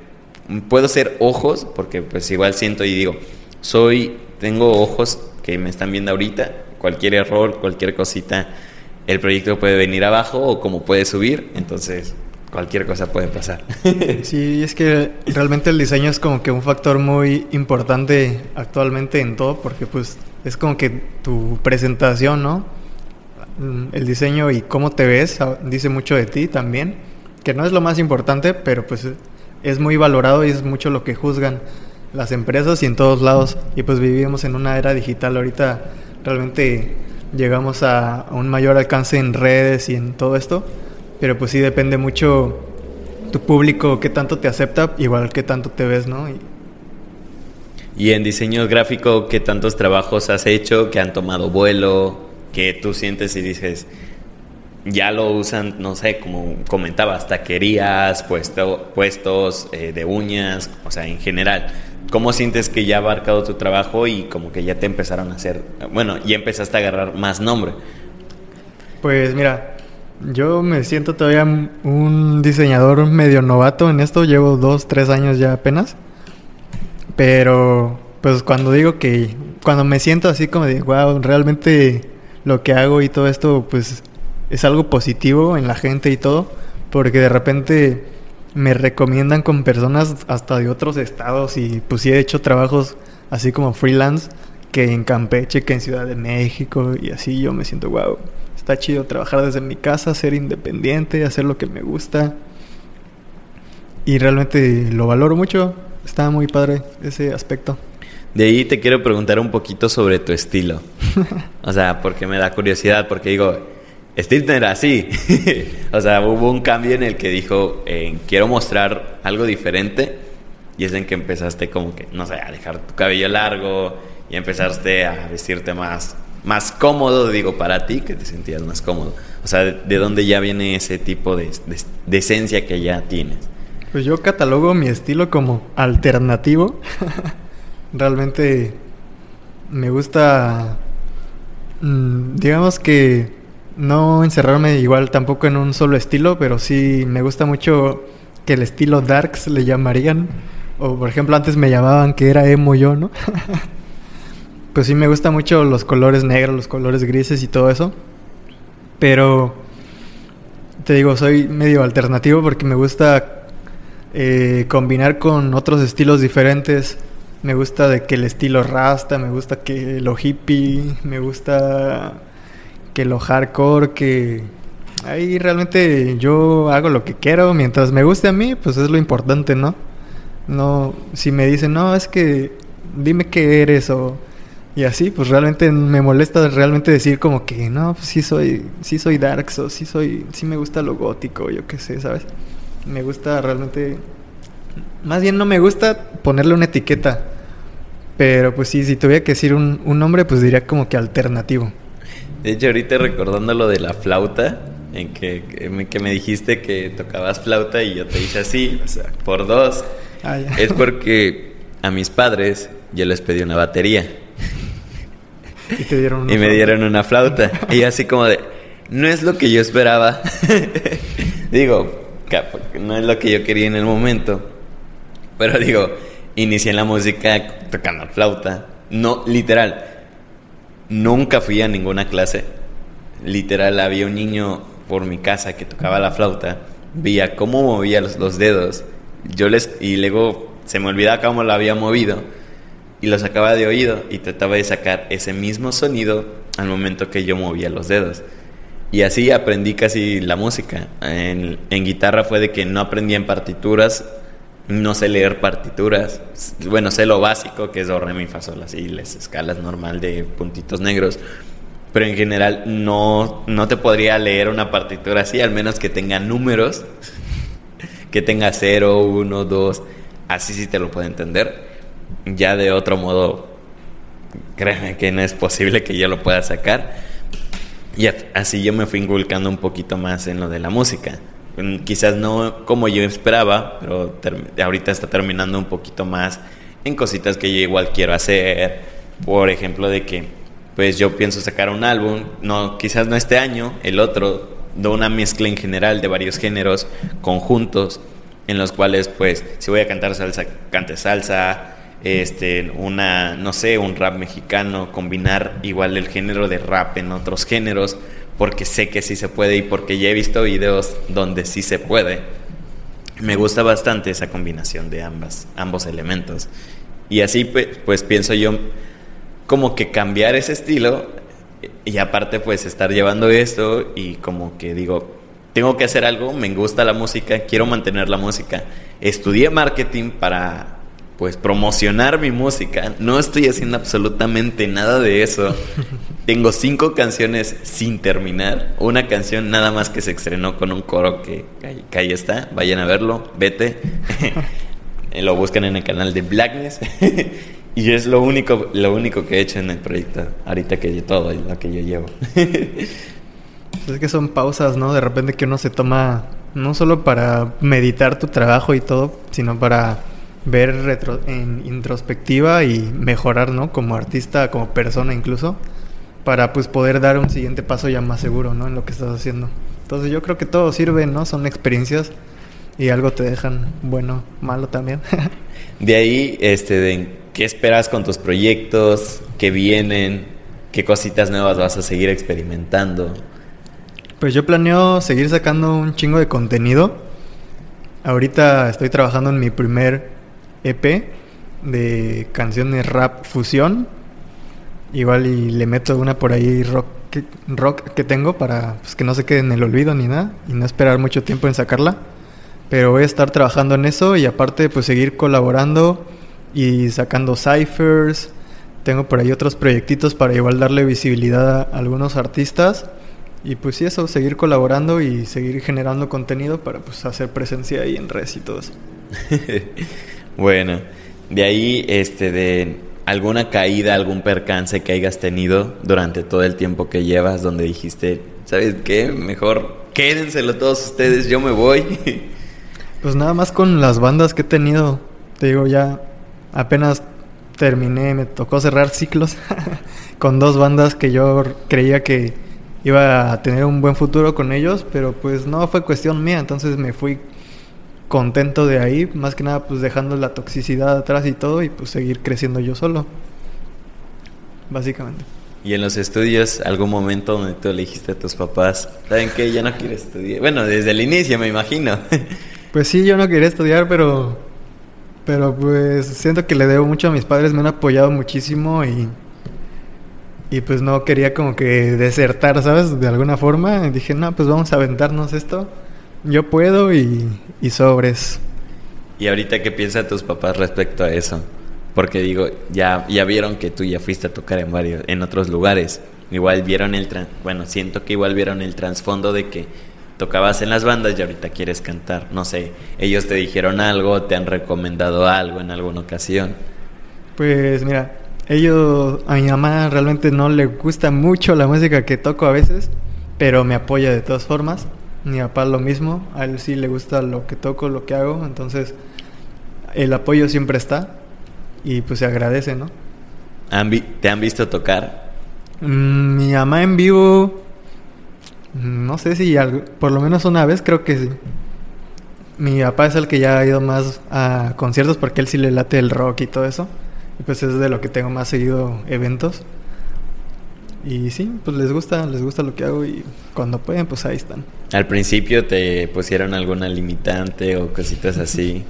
ser ojos, porque pues igual siento y digo, tengo ojos que me están viendo ahorita, cualquier error, cualquier cosita, el proyecto puede venir abajo o como puede subir, entonces cualquier cosa puede pasar. Sí, es que realmente el diseño es como que un factor muy importante actualmente en todo, porque pues es como que tu presentación, ¿no? El diseño y cómo te ves dice mucho de ti también, que no es lo más importante, pero pues es muy valorado y es mucho lo que juzgan las empresas y en todos lados. Y pues vivimos en una era digital ahorita, realmente llegamos a un mayor alcance en redes y en todo esto, pero pues sí depende mucho tu público, qué tanto te acepta, igual qué tanto te ves, ¿no? Y en diseño gráfico, ¿qué tantos trabajos has hecho que han tomado vuelo, que tú sientes y dices, ya lo usan, no sé, como comentabas, taquerías, puestos de uñas, o sea, en general? ¿Cómo sientes que ya ha abarcado tu trabajo y como que ya te empezaron a hacer, bueno, ya empezaste a agarrar más nombre? Pues mira, yo me siento todavía un diseñador medio novato en esto, llevo 2-3 años ya apenas, pero pues cuando me siento así como de, wow, realmente lo que hago y todo esto pues es algo positivo en la gente y todo, porque de repente me recomiendan con personas hasta de otros estados y pues sí he hecho trabajos así como freelance, que en Campeche, que en Ciudad de México y así. Yo me siento, wow, está chido trabajar desde mi casa, ser independiente, hacer lo que me gusta y realmente lo valoro mucho. Está muy padre ese aspecto. De ahí te quiero preguntar un poquito sobre tu estilo. O sea, porque me da curiosidad, porque digo, Steve no era así. O sea, hubo un cambio en el que dijo, quiero mostrar algo diferente, y es en que empezaste como que, no sé, a dejar tu cabello largo y empezaste a vestirte más cómodo, digo, para ti, que te sentías más cómodo. O sea, ¿de dónde ya viene ese tipo de esencia que ya tienes? Pues yo catalogo mi estilo como alternativo. Realmente me gusta, digamos que no encerrarme igual tampoco en un solo estilo, pero sí me gusta mucho que el estilo darks le llamarían, o por ejemplo antes me llamaban que era emo yo, ¿no? Pues sí me gusta mucho los colores negros, los colores grises y todo eso, pero te digo, soy medio alternativo porque me gusta combinar con otros estilos diferentes. Me gusta de que el estilo rasta, me gusta que lo hippie, me gusta que lo hardcore, que Ahí realmente yo hago lo que quiero, mientras me guste a mí, pues es lo importante, ¿no? No, si me dicen, no, es que dime qué eres y así, pues realmente me molesta realmente decir como que no, pues sí soy darks o sí me gusta lo gótico, yo qué sé, ¿sabes? Me gusta realmente, más bien no me gusta ponerle una etiqueta, pero pues sí, si tuviera que decir un nombre, pues diría como que alternativo. De hecho, ahorita recordando lo de la flauta, en que me dijiste que tocabas flauta y yo te hice así, o sea, por dos. Es porque a mis padres yo les pedí una batería. Y te dieron una y me flauta. Dieron una flauta. Y así como de, no es lo que yo esperaba. Digo, no es lo que yo quería en el momento. Pero digo, inicié en la música tocando flauta. No, literal. Nunca fui a ninguna clase. Literal, había un niño por mi casa que tocaba la flauta. Veía cómo movía los dedos. Y luego se me olvidaba cómo lo había movido. Y lo sacaba de oído y trataba de sacar ese mismo sonido al momento que yo movía los dedos. Y así aprendí casi la música. En guitarra fue de que no aprendí en partituras. No sé leer partituras. Bueno, sé lo básico, que es do, re, mi, fa, sol, así, las escalas normal de puntitos negros. Pero en general no te podría leer una partitura así, al menos que tenga números, que tenga 0, 1, 2. Así sí te lo puedo entender. Ya de otro modo, créeme que no es posible que yo lo pueda sacar. Y así yo me fui inculcando un poquito más en lo de la música. Quizás no como yo esperaba, pero ahorita está terminando un poquito más en cositas que yo igual quiero hacer. Por ejemplo, de que pues yo pienso sacar un álbum, quizás no este año, el otro, de una mezcla en general de varios géneros conjuntos, en los cuales pues si voy a cantar salsa, cante salsa, un rap mexicano, combinar igual el género de rap en otros géneros, porque sé que sí se puede y porque ya he visto videos donde sí se puede. Me gusta bastante esa combinación de ambos elementos. Y así pues pienso yo como que cambiar ese estilo y aparte pues estar llevando esto y como que digo, tengo que hacer algo, me gusta la música, quiero mantener la música. Estudié marketing para pues promocionar mi música. No estoy haciendo absolutamente nada de eso. Tengo 5 canciones sin terminar. Una canción nada más que se estrenó con un coro que ahí está. Vayan a verlo, vete. Lo buscan en el canal de Blackness. Y es lo único que he hecho en el proyecto. Ahorita que todo lo que yo llevo. Es que son pausas, ¿no? De repente que uno se toma no solo para meditar tu trabajo y todo, sino para ver en introspectiva y mejorar, ¿no? Como artista, como persona incluso, para pues poder dar un siguiente paso ya más seguro, ¿no? En lo que estás haciendo. Entonces yo creo que todo sirve, ¿no? Son experiencias y algo te dejan bueno, malo también. De ahí, de ¿qué esperas con tus proyectos? ¿Qué vienen? ¿Qué cositas nuevas vas a seguir experimentando? Pues yo planeo seguir sacando un chingo de contenido. Ahorita estoy trabajando en mi primer EP de canciones rap fusión. Igual y le meto una por ahí rock que tengo para pues, que no se quede en el olvido ni nada y no esperar mucho tiempo en sacarla. Pero voy a estar trabajando en eso y aparte pues seguir colaborando y sacando cyphers. Tengo por ahí otros proyectitos para igual darle visibilidad a algunos artistas. Y pues sí, eso, seguir colaborando y seguir generando contenido para pues hacer presencia ahí en redes y todo eso. Bueno, de ahí, de alguna caída, algún percance que hayas tenido durante todo el tiempo que llevas, donde dijiste, ¿sabes qué? Mejor quédenselo todos ustedes, yo me voy. Pues nada más con las bandas que he tenido. Te digo, ya apenas terminé, me tocó cerrar ciclos con 2 bandas que yo creía que iba a tener un buen futuro con ellos, pero pues no fue cuestión mía, entonces me fui contento de ahí, más que nada pues dejando la toxicidad atrás y todo y pues seguir creciendo yo solo, básicamente. ¿Y en los estudios algún momento donde tú le dijiste a tus papás, ¿saben qué? Ya no quiero estudiar? Bueno, desde el inicio me imagino. Pues sí, yo no quería estudiar, pero pues siento que le debo mucho a mis padres, me han apoyado muchísimo Y pues no quería como que desertar, ¿sabes? De alguna forma. Y dije, no, pues vamos a aventarnos esto. Yo puedo y sobres. ¿Y ahorita qué piensan tus papás respecto a eso? Porque digo, ya vieron que tú ya fuiste a tocar en otros lugares. Igual vieron siento que igual vieron el trasfondo de que tocabas en las bandas y ahorita quieres cantar. No sé, ellos te dijeron algo, te han recomendado algo en alguna ocasión. Pues mira, a mi mamá realmente no le gusta mucho la música que toco a veces, pero me apoya de todas formas. Mi papá lo mismo, a él sí le gusta lo que toco, lo que hago, entonces el apoyo siempre está y pues se agradece, ¿no? ¿Te han visto tocar? Mi mamá en vivo, no sé si por lo menos una vez, creo que sí. Mi papá es el que ya ha ido más a conciertos porque él sí le late el rock y todo eso. Y pues es de lo que tengo más seguido eventos. Y sí, pues les gusta lo que hago y cuando pueden, pues ahí están. ¿Al principio te pusieron alguna limitante o cositas así?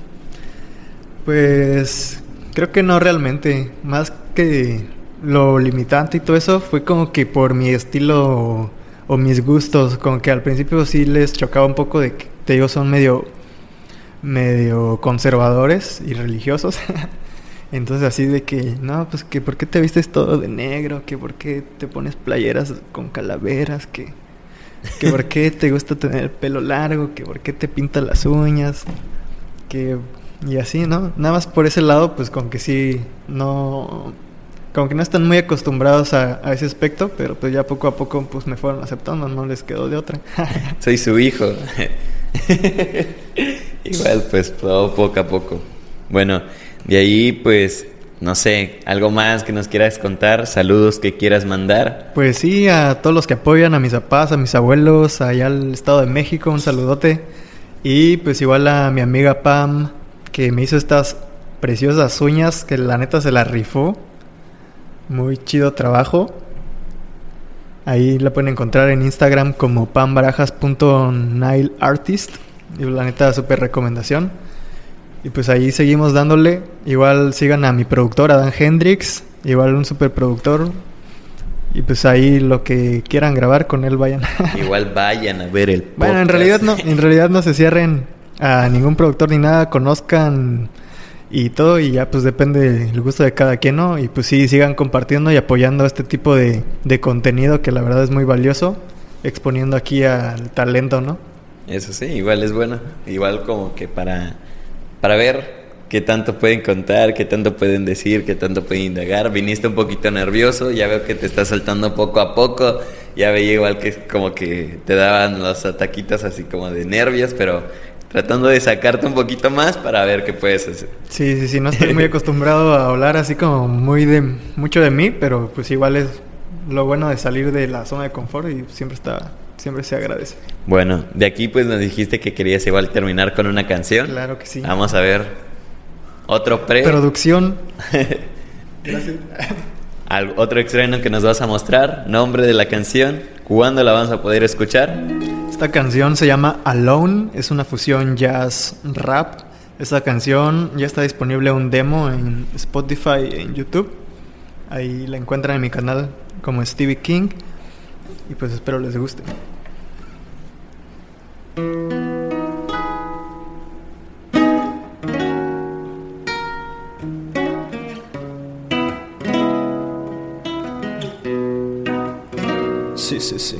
Pues creo que no realmente. Más que lo limitante y todo eso, fue como que por mi estilo o mis gustos. Como que al principio sí les chocaba un poco de que, te digo, son medio conservadores y religiosos. Entonces así de que, no, pues que ¿por qué te vistes todo de negro? Que ¿por qué te pones playeras con calaveras? Que ¿por qué te gusta tener el pelo largo? Que ¿por qué te pintas las uñas? Y así, ¿no? Nada más por ese lado, pues como que sí, como que no están muy acostumbrados a ese aspecto, pero pues ya poco a poco pues me fueron aceptando, no les quedó de otra. Soy su hijo. Igual pues todo poco a poco. Bueno, de ahí pues no sé, algo más que nos quieras contar, saludos que quieras mandar. Pues sí, a todos los que apoyan, a mis papás, a mis abuelos, allá al Estado de México, un saludote. Y pues igual a mi amiga Pam, que me hizo estas preciosas uñas, que la neta se las rifó. Muy chido trabajo. Ahí la pueden encontrar en Instagram como pambarajas.nailartist. Y la neta, súper recomendación. Y pues ahí seguimos dándole. Igual sigan a mi productor, Dan Hendrix. Igual un súper productor. Y pues ahí lo que quieran grabar con él, vayan. Igual vayan a ver el podcast. Bueno, en realidad no se cierren a ningún productor ni nada. Conozcan y todo, y ya pues depende del gusto de cada quien, ¿no? Y pues sí, sigan compartiendo y apoyando este tipo de contenido que la verdad es muy valioso, exponiendo aquí al talento, ¿no? Eso sí, igual es bueno. Igual como que para ver qué tanto pueden contar, qué tanto pueden decir, qué tanto pueden indagar. Viniste un poquito nervioso, ya veo que te estás soltando poco a poco. Ya veía igual que como que te daban los ataquitos así como de nervios, pero tratando de sacarte un poquito más para ver qué puedes hacer. Sí, no estoy muy acostumbrado a hablar así como mucho de mí, pero pues igual es lo bueno de salir de la zona de confort y siempre se agradece. Bueno, de aquí pues nos dijiste que querías igual terminar con una canción. Claro que sí. Vamos a ver otro producción. Gracias. Otro estreno que nos vas a mostrar, nombre de la canción, ¿cuándo la vamos a poder escuchar? Esta canción se llama Alone, es una fusión jazz rap. Esta canción ya está disponible un demo en Spotify y en YouTube. Ahí la encuentran en mi canal como Stevie King. Y pues espero les guste. Sí.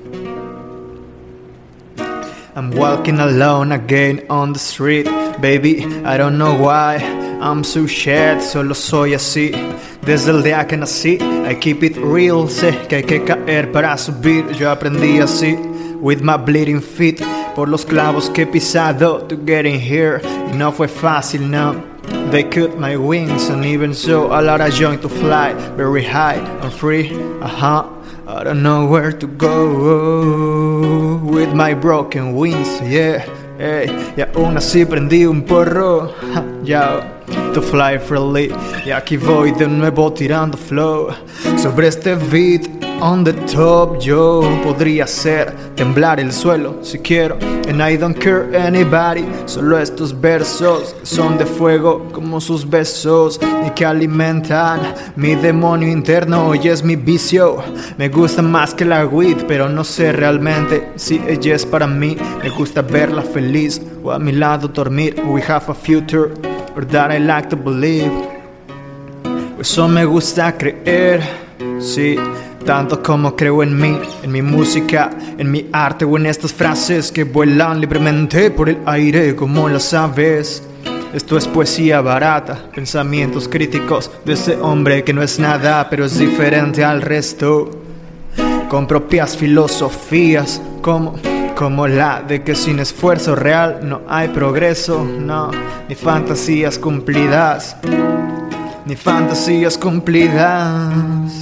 I'm walking alone again on the street. Baby, I don't know why I'm so sad, solo soy así. Desde el día que nací, I keep it real. Sé que hay que caer para subir. Yo aprendí así, with my bleeding feet. Por los clavos que he pisado to get in here. Y no fue fácil, no. They cut my wings, and even so, a lot of joy to fly very high and free. I don't know where to go with my broken wings, yeah. Y aún así prendí un porro, to fly freely. Y aquí voy de nuevo tirando flow sobre este beat. on the top. Yo podría hacer temblar el suelo si quiero, and I don't care anybody. Solo estos versos que son de fuego como sus besos y que alimentan mi demonio interno. Hoy es mi vicio, me gusta más que la weed, pero no sé realmente si ella es para mí. Me gusta verla feliz o a mi lado dormir. We have a future, or that I like to believe. Eso me gusta creer, sí, tanto como creo en mí, en mi música, en mi arte o en estas frases que vuelan libremente por el aire como las aves. Esto es poesía barata, pensamientos críticos de ese hombre que no es nada, pero es diferente al resto, con propias filosofías como la de que sin esfuerzo real no hay progreso, no, ni fantasías cumplidas, ni fantasías cumplidas,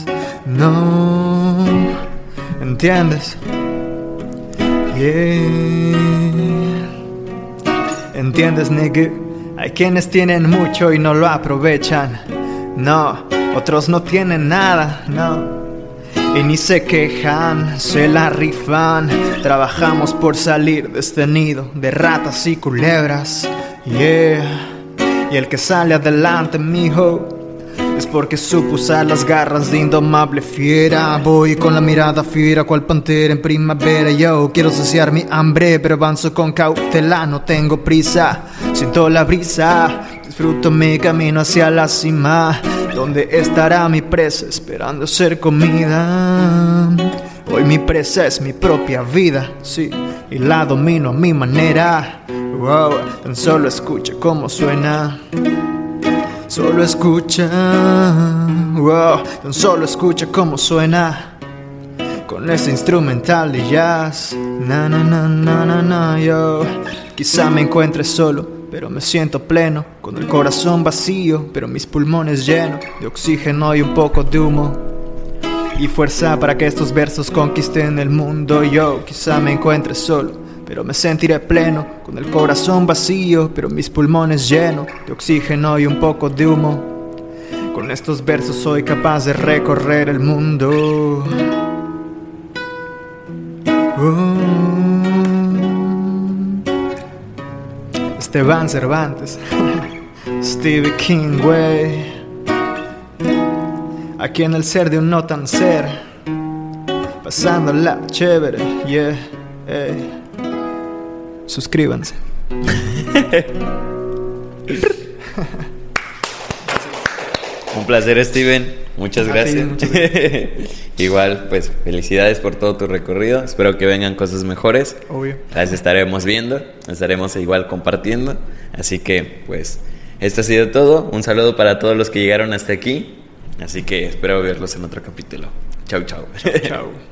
no, ¿entiendes? Yeah. ¿Entiendes, nigga? Hay quienes tienen mucho y no lo aprovechan, no, otros no tienen nada, no, y ni se quejan, se la rifan. Trabajamos por salir de este nido de ratas y culebras, yeah. Y el que sale adelante, mijo, es porque supo usar las garras de indomable fiera. Voy con la mirada fiera cual pantera en primavera. Yo quiero saciar mi hambre, pero avanzo con cautela. No tengo prisa, siento la brisa, disfruto mi camino hacia la cima, donde estará mi presa esperando ser comida. Hoy mi presa es mi propia vida, sí, y la domino a mi manera. Wow, tan solo escucha cómo suena. Solo escucha, wow, tan solo escucha cómo suena. Con este instrumental de jazz. Na na na na na na, yo. Quizá me encuentre solo, pero me siento pleno, con el corazón vacío, pero mis pulmones llenos de oxígeno y un poco de humo, y fuerza para que estos versos conquisten el mundo. Yo quizá me encuentre solo, pero me sentiré pleno, con el corazón vacío, pero mis pulmones llenos de oxígeno y un poco de humo. Con estos versos soy capaz de recorrer el mundo. Esteban Cervantes, Stevie King, güey. Aquí en el ser de un no tan ser, pasándola chévere, yeah, hey. Suscríbanse. Un placer, Steven. Muchas gracias. Igual, pues, felicidades por todo tu recorrido. Espero que vengan cosas mejores. Obvio. Las estaremos viendo, estaremos igual compartiendo. Así que, pues, esto ha sido todo. Un saludo para todos los que llegaron hasta aquí. Así que espero verlos en otro capítulo. Chau, chau. Chau.